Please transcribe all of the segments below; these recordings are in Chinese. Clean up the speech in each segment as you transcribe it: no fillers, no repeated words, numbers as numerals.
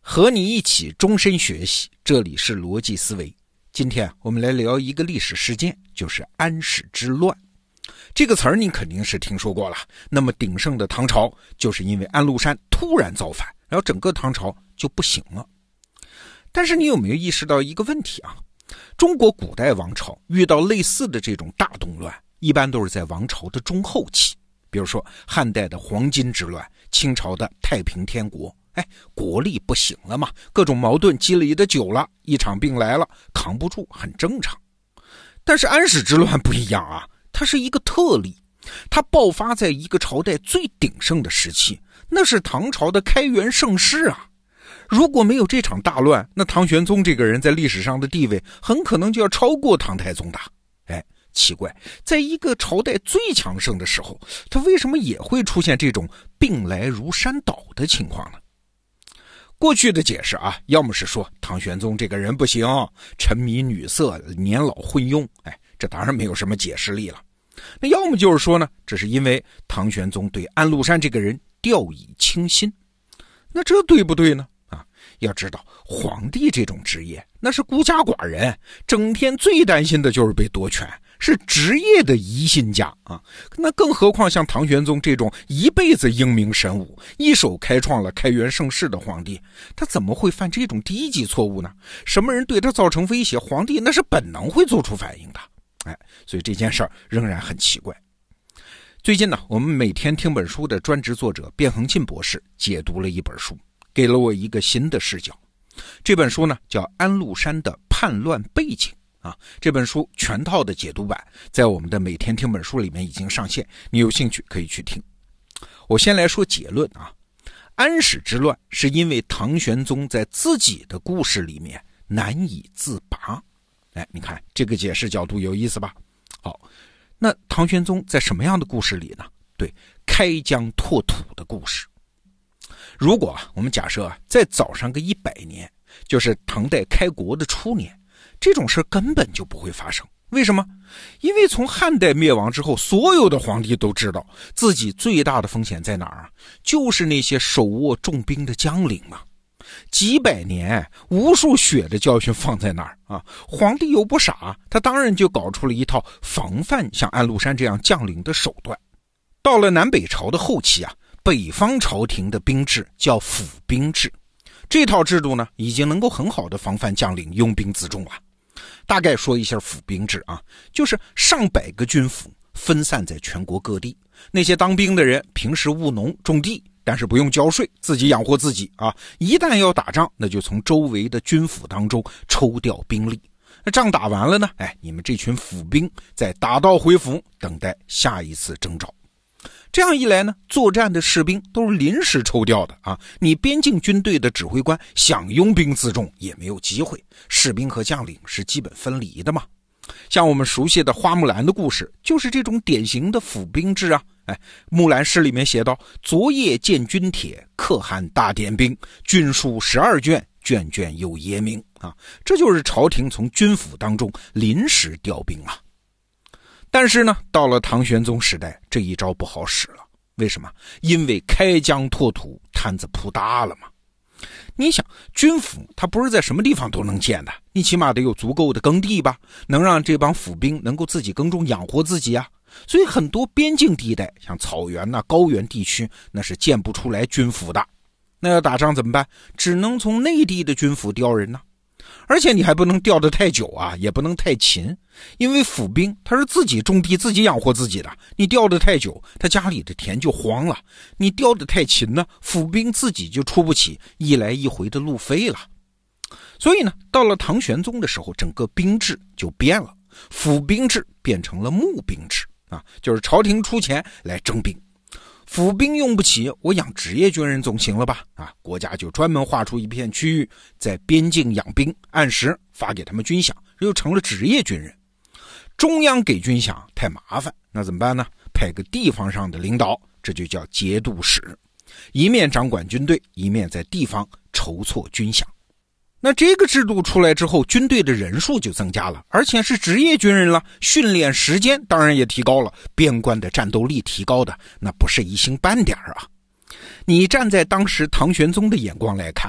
和你一起终身学习，这里是逻辑思维。今天我们来聊一个历史事件，就是安史之乱。这个词儿你肯定是听说过了。那么鼎盛的唐朝就是因为安禄山突然造反，然后整个唐朝就不行了。但是你有没有意识到一个问题啊？中国古代王朝遇到类似的这种大动乱，一般都是在王朝的中后期。比如说汉代的黄巾之乱，清朝的太平天国，国力不行了嘛，各种矛盾积累的久了，一场病来了，扛不住，很正常。但是安史之乱不一样啊，它是一个特例，它爆发在一个朝代最鼎盛的时期，那是唐朝的开元盛世啊。如果没有这场大乱，那唐玄宗这个人在历史上的地位很可能就要超过唐太宗的。奇怪，在一个朝代最强盛的时候，他为什么也会出现这种病来如山倒的情况呢？过去的解释啊，要么是说唐玄宗这个人不行，沉迷女色，年老昏庸，这当然没有什么解释力了。那要么就是说呢，这是因为唐玄宗对安禄山这个人掉以轻心。那这对不对呢？要知道皇帝这种职业那是孤家寡人，整天最担心的就是被夺权，是职业的疑心家啊。那更何况像唐玄宗这种一辈子英明神武，一手开创了开元盛世的皇帝，他怎么会犯这种低级错误呢？什么人对他造成威胁，皇帝那是本能会做出反应的。所以这件事儿仍然很奇怪。最近呢，我们每天听本书的专职作者卞恒庆博士解读了一本书，给了我一个新的视角。这本书呢叫《安禄山的叛乱背景》这本书全套的解读版在我们的每天听本书里面已经上线，你有兴趣可以去听。我先来说结论安史之乱是因为唐玄宗在自己的故事里面难以自拔。你看这个解释角度有意思吧？好，那唐玄宗在什么样的故事里呢？对，开疆拓土的故事。如果我们假设再早上个100年，就是唐代开国的初年，这种事根本就不会发生。为什么？因为从汉代灭亡之后，所有的皇帝都知道自己最大的风险在哪儿就是那些手握重兵的将领嘛。几百年无数血的教训放在那儿皇帝又不傻，他当然就搞出了一套防范像安禄山这样将领的手段。到了南北朝的后期北方朝廷的兵制叫府兵制，这套制度呢已经能够很好的防范将领拥兵自重了。大概说一下府兵制就是上百个军府分散在全国各地，那些当兵的人平时务农种地，但是不用交税，自己养活自己一旦要打仗，那就从周围的军府当中抽调兵力。那仗打完了呢，你们这群府兵再打道回府，等待下一次征召。这样一来呢，作战的士兵都是临时抽调的你边境军队的指挥官想拥兵自重也没有机会，士兵和将领是基本分离的嘛。像我们熟悉的花木兰的故事就是这种典型的府兵制木兰诗里面写道：昨夜见军帖，可汗大点兵，军书12卷，卷卷有爷名这就是朝廷从军府当中临时调兵但是呢，到了唐玄宗时代，这一招不好使了。为什么？因为开疆拓土摊子铺大了嘛。你想，军府它不是在什么地方都能建的，你起码得有足够的耕地吧，能让这帮府兵能够自己耕种养活自己所以很多边境地带，像草原高原地区，那是建不出来军府的。那要打仗怎么办？只能从内地的军府调人而且你还不能调得太久也不能太勤，因为府兵他是自己种地自己养活自己的，你调得太久，他家里的田就荒了；你调得太勤呢，府兵自己就出不起一来一回的路费了。所以呢，到了唐玄宗的时候，整个兵制就变了，府兵制变成了募兵制就是朝廷出钱来征兵。府兵用不起，我养职业军人总行了吧国家就专门划出一片区域，在边境养兵，按时发给他们军饷，又成了职业军人。中央给军饷太麻烦，那怎么办呢？派个地方上的领导，这就叫节度使，一面掌管军队，一面在地方筹措军饷。那这个制度出来之后，军队的人数就增加了，而且是职业军人了，训练时间当然也提高了，边关的战斗力提高的那不是一星半点你站在当时唐玄宗的眼光来看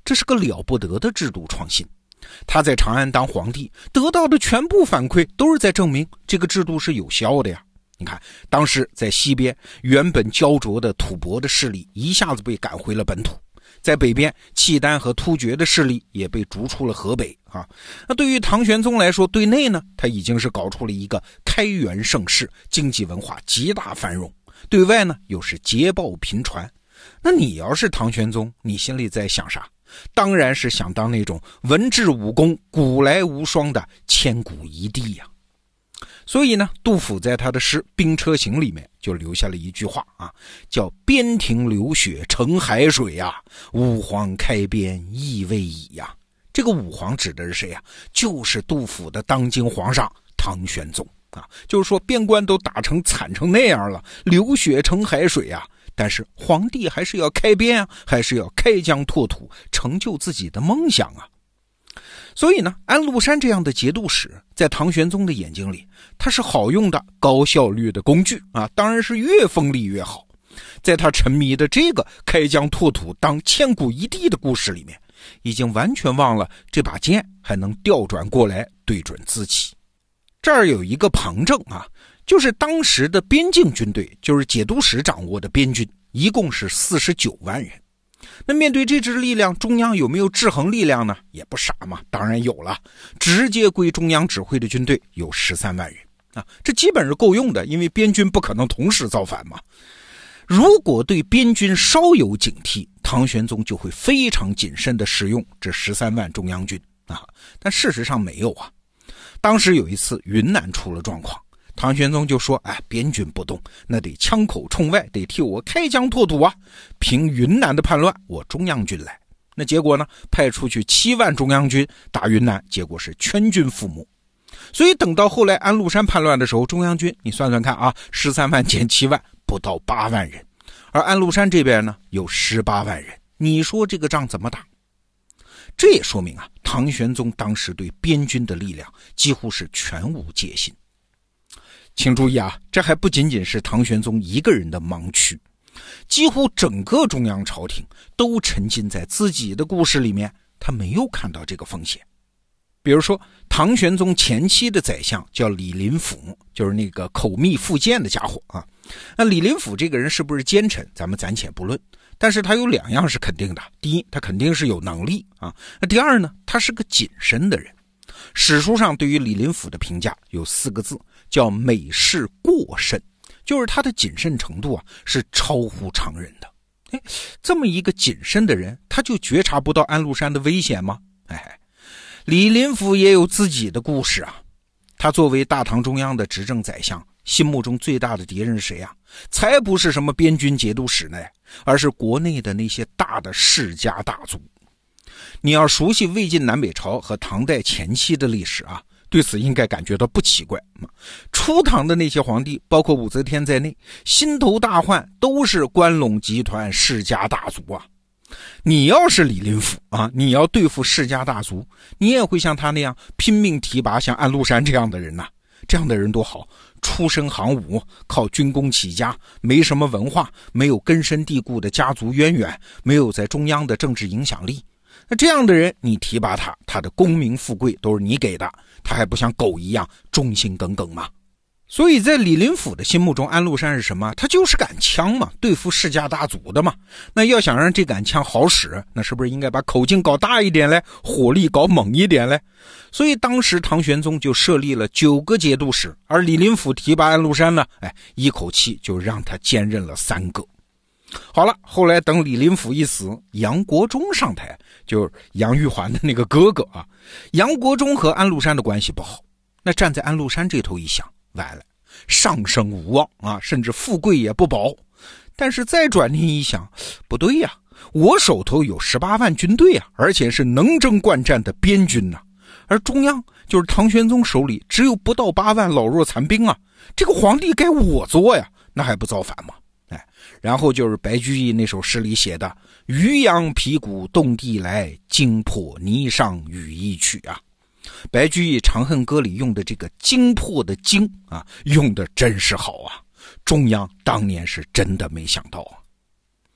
这是个了不得的制度创新。他在长安当皇帝得到的全部反馈都是在证明这个制度是有效的呀。你看，当时在西边原本焦灼的吐蕃的势力一下子被赶回了本土，在北边契丹和突厥的势力也被逐出了河北啊。那对于唐玄宗来说，对内呢，他已经是搞出了一个开元盛世，经济文化极大繁荣，对外呢又是捷报频传。那你要是唐玄宗，你心里在想啥？当然是想当那种文治武功古来无双的千古一帝呀。所以呢，杜甫在他的诗《兵车行》里面就留下了一句话啊，叫边庭流血成海水啊，武皇开边亦未已呀。这个武皇指的是谁啊？就是杜甫的当今皇上唐玄宗啊。就是说边关都打成惨成那样了，流血成海水啊，但是皇帝还是要开边啊，还是要开疆拓土，成就自己的梦想啊。所以呢，安禄山这样的节度使在唐玄宗的眼睛里，他是好用的高效率的工具啊，当然是越锋利越好。在他沉迷的这个开疆拓土当千古一帝的故事里面，已经完全忘了这把剑还能调转过来对准自己。这儿有一个旁证啊，就是当时的边境军队，就是节度使掌握的边军，一共是49万人。那面对这支力量，中央有没有制衡力量呢？也不傻嘛，当然有了。直接归中央指挥的军队有13万人啊，这基本是够用的，因为边军不可能同时造反嘛。如果对边军稍有警惕，唐玄宗就会非常谨慎地使用这13万中央军啊。但事实上没有啊。当时有一次云南出了状况，唐玄宗就说，边军不动，那得枪口冲外，得替我开疆拓土啊。凭云南的叛乱，我中央军来。那结果呢，派出去7万中央军打云南，结果是全军覆没。所以等到后来安禄山叛乱的时候，中央军你算算看啊，13万减7万不到8万人，而安禄山这边呢有18万人，你说这个仗怎么打？这也说明啊，唐玄宗当时对边军的力量几乎是全无戒心。请注意啊，这还不仅仅是唐玄宗一个人的盲区，几乎整个中央朝廷都沉浸在自己的故事里面，他没有看到这个风险。比如说唐玄宗前期的宰相叫李林甫，就是那个口蜜腹剑的家伙啊。那李林甫这个人是不是奸臣，咱们暂且不论，但是他有2样是肯定的。第一，他肯定是有能力啊。那第二呢，他是个谨慎的人。史书上对于李林甫的评价有4个字，叫美事过甚，就是他的谨慎程度啊是超乎常人的。这么一个谨慎的人，他就觉察不到安禄山的危险吗？李林甫也有自己的故事啊。他作为大唐中央的执政宰相，心目中最大的敌人是谁啊？才不是什么边军节度使呢，而是国内的那些大的世家大族。你要熟悉魏晋南北朝和唐代前期的历史啊，对此应该感觉到不奇怪。初唐的那些皇帝，包括武则天在内，心头大患都是关陇集团世家大族啊。你要是李林甫啊，你要对付世家大族，你也会像他那样拼命提拔像安禄山这样的人啊。这样的人多好，出身行伍，靠军功起家，没什么文化，没有根深蒂固的家族渊源，没有在中央的政治影响力。那这样的人你提拔他，他的功名富贵都是你给的，他还不像狗一样忠心耿耿吗？所以在李林甫的心目中，安禄山是什么？他就是杆枪嘛，对付世家大族的嘛。那要想让这杆枪好使，那是不是应该把口径搞大一点嘞，火力搞猛一点嘞？所以当时唐玄宗就设立了9个节度使，而李林甫提拔安禄山呢，一口气就让他兼任了3个。好了，后来等李林甫一死，杨国忠上台，就是杨玉环的那个哥哥啊。杨国忠和安禄山的关系不好，那站在安禄山这头一想，完了，上升无望啊，甚至富贵也不保。但是再转念一想，不对呀，我手头有18万军队啊，而且是能征惯战的边军啊，而中央就是唐玄宗手里只有不到8万老弱残兵啊，这个皇帝该我做呀，那还不造反吗？然后就是白居易那首诗里写的渔阳鼙鼓动地来，惊破霓裳羽衣曲啊。白居易《长恨歌》里用的这个惊破的惊啊，用的真是好啊。中央当年是真的没想到啊。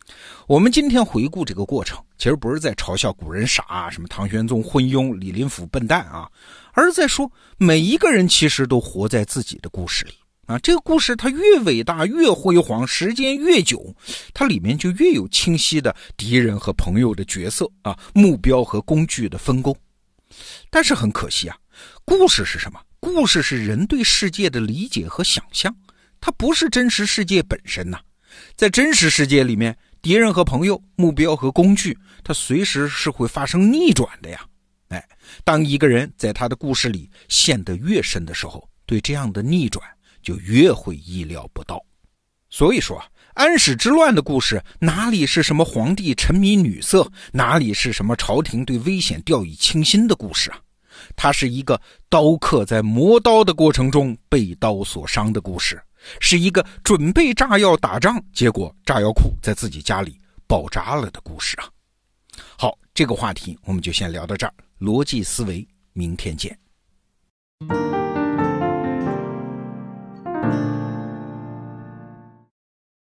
我们今天回顾这个过程，其实不是在嘲笑古人傻，什么唐玄宗昏庸，李林甫笨蛋啊，而是在说每一个人其实都活在自己的故事里啊。这个故事它越伟大越辉煌，时间越久，它里面就越有清晰的敌人和朋友的角色啊，目标和工具的分工。但是很可惜啊，故事是什么？故事是人对世界的理解和想象，它不是真实世界本身呐。在真实世界里面，敌人和朋友、目标和工具，它随时是会发生逆转的呀。当一个人在他的故事里陷得越深的时候，对这样的逆转就越会意料不到。所以说安史之乱的故事哪里是什么皇帝沉迷女色，哪里是什么朝廷对危险掉以轻心的故事啊？它是一个刀客在磨刀的过程中被刀所伤的故事，是一个准备炸药打仗，结果炸药库在自己家里爆炸了的故事啊。好，这个话题我们就先聊到这儿，逻辑思维，明天见。